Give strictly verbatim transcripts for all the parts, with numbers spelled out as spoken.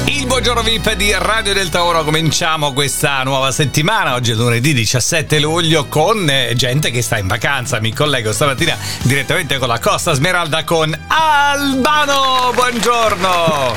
Il buongiorno V I P di Radio del Tauro, cominciamo questa nuova settimana, oggi è lunedì diciassette luglio, con gente che sta in vacanza. Mi collego stamattina direttamente con la Costa Smeralda con Albano, buongiorno!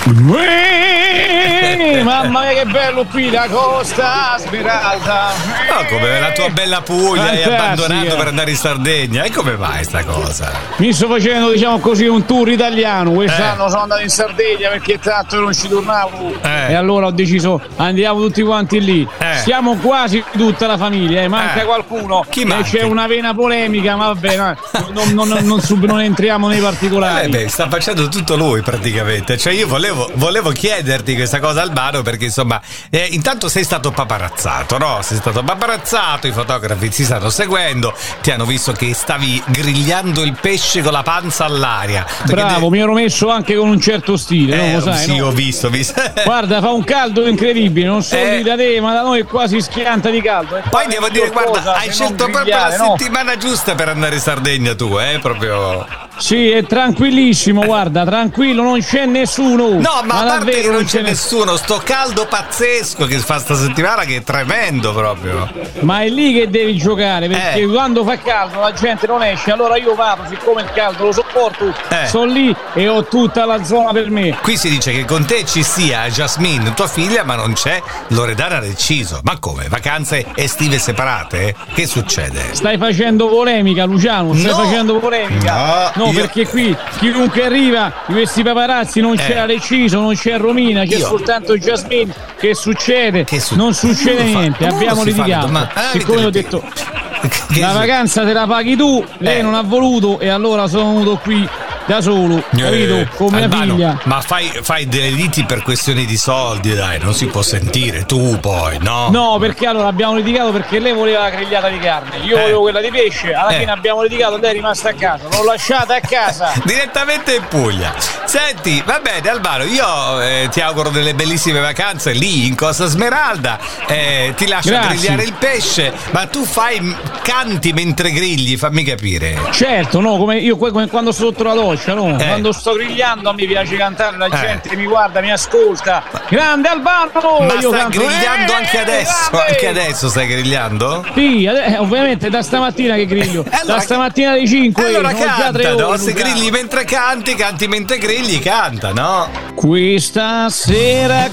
Uè, mamma mia che bello qui, la Costa Smeralda! No, come la tua bella Puglia hai Fantastica. abbandonato per andare in Sardegna, e come mai sta cosa? Mi sto facendo, diciamo così, un tour italiano, quest'anno Eh. sono andato in Sardegna perché tanto io non ci tornavo. Eh. E allora ho deciso andiamo tutti quanti lì. Eh. Siamo quasi tutta la famiglia, eh. manca Eh. qualcuno. Chi e manca? c'è una vena polemica, ma vabbè, no, non, non, non, non, sub- non entriamo nei Eh particolari. beh, sta facendo tutto lui praticamente. Cioè io volevo, volevo chiederti questa cosa, Albano, perché insomma eh, intanto sei stato paparazzato, no? Sei stato paparazzato, i fotografi si stanno seguendo, ti hanno visto che stavi grigliando il pesce con la panza all'aria. Perché Bravo, de- mi ero messo anche con un certo stile, eh, no? Lo sai, sì, no? ho visto, ho visto. Guarda, fa un caldo incredibile, non so Eh. lì da te, ma da noi è quasi schianta di caldo. E Poi qua devo è dire, guarda, cosa, hai se scelto non proprio la grigliare, no? settimana giusta per andare in Sardegna tu, eh? Proprio. Sì, è tranquillissimo, guarda, tranquillo, non c'è nessuno. No, ma a parte davvero che non c'è ce n'è- nessuno, sto caldo pazzesco che fa sta settimana, che è tremendo proprio. Ma è lì che devi giocare, perché Eh. quando fa caldo la gente non esce, allora io vado, siccome il caldo lo sopporto, Eh. sto lì e ho tutta la zona per me. Qui si dice che con te ci sia Jasmine, tua figlia, ma non c'è Loredana Reciso. Ma come? Vacanze estive separate? Che succede? Stai facendo polemica, Luciano, stai No. facendo polemica. No, io- perché qui chiunque arriva, di questi paparazzi, non c'è Eh. Reciso, non c'è Romina, c'è Io- soltanto Jasmine. Che succede? Che su- non succede Come fa- niente, come abbiamo si fa le litigato. domande? Ah, Siccome avete ho detto Che la su- vacanza te la paghi tu, lei Eh. non ha voluto e allora sono venuto qui da solo, capito? Eh, Con mia Albano, figlia. ma fai, fai delle liti per questioni di soldi, dai, non si può sentire tu poi, no? No, perché allora abbiamo litigato perché lei voleva la grigliata di carne, io Eh. volevo quella di pesce, alla Eh. fine abbiamo litigato, lei è rimasta a casa, l'ho lasciata a casa. Direttamente in Puglia. Senti, va bene, Albano, io eh, ti auguro delle bellissime vacanze lì in Costa Smeralda, eh, ti lascio Grazie. grigliare il pesce, ma tu fai canti mentre grigli, fammi capire. Certo, no, come io que- come quando sto sotto la doccia, no? Eh. Quando sto grigliando a me piace cantare, la Eh. gente mi guarda, mi ascolta. Grande Albano! Ma io stai canto, grigliando "Eh, anche adesso? grande!" Anche adesso stai grigliando? Sì, ade- eh, ovviamente da stamattina che griglio. Eh, allora- da stamattina alle cinque. Allora sono già tre canta, no? ore, Se Luciano. grigli mentre canti, canti mentre grigli, canta, no? Questa sera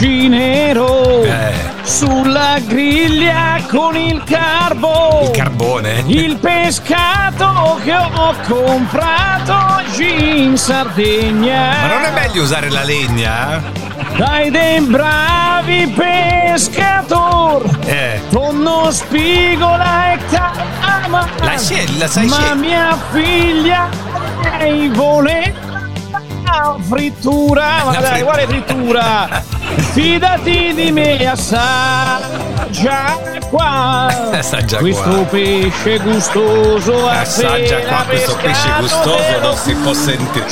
cucinerò Eh. sulla griglia con il carbo. Il carbone. Il pescato che ho comprato oggi in Sardegna. Ma non è meglio usare la legna? Dai dei bravi pescatori, Eh. tonno, spigola e calama. La scegli, la sai Ma scegliere. mia figlia lei voleva la frittura. Ma La dai, fri- quale frittura? Fidati di me, assaggia qua. Assaggia questo qua. pesce gustoso. Assaggia appena qua questo pesce pescato gustoso, te lo non si può sentire.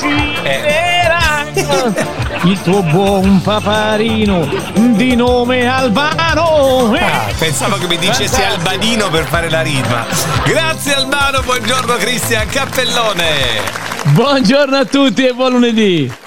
cucinerai. Il tuo buon paparino di nome Albano. Ah, pensavo che mi dicessi Fantastico. Albanino per fare la rima. Grazie Albano, buongiorno Cristian Cappellone. Buongiorno a tutti e buon lunedì.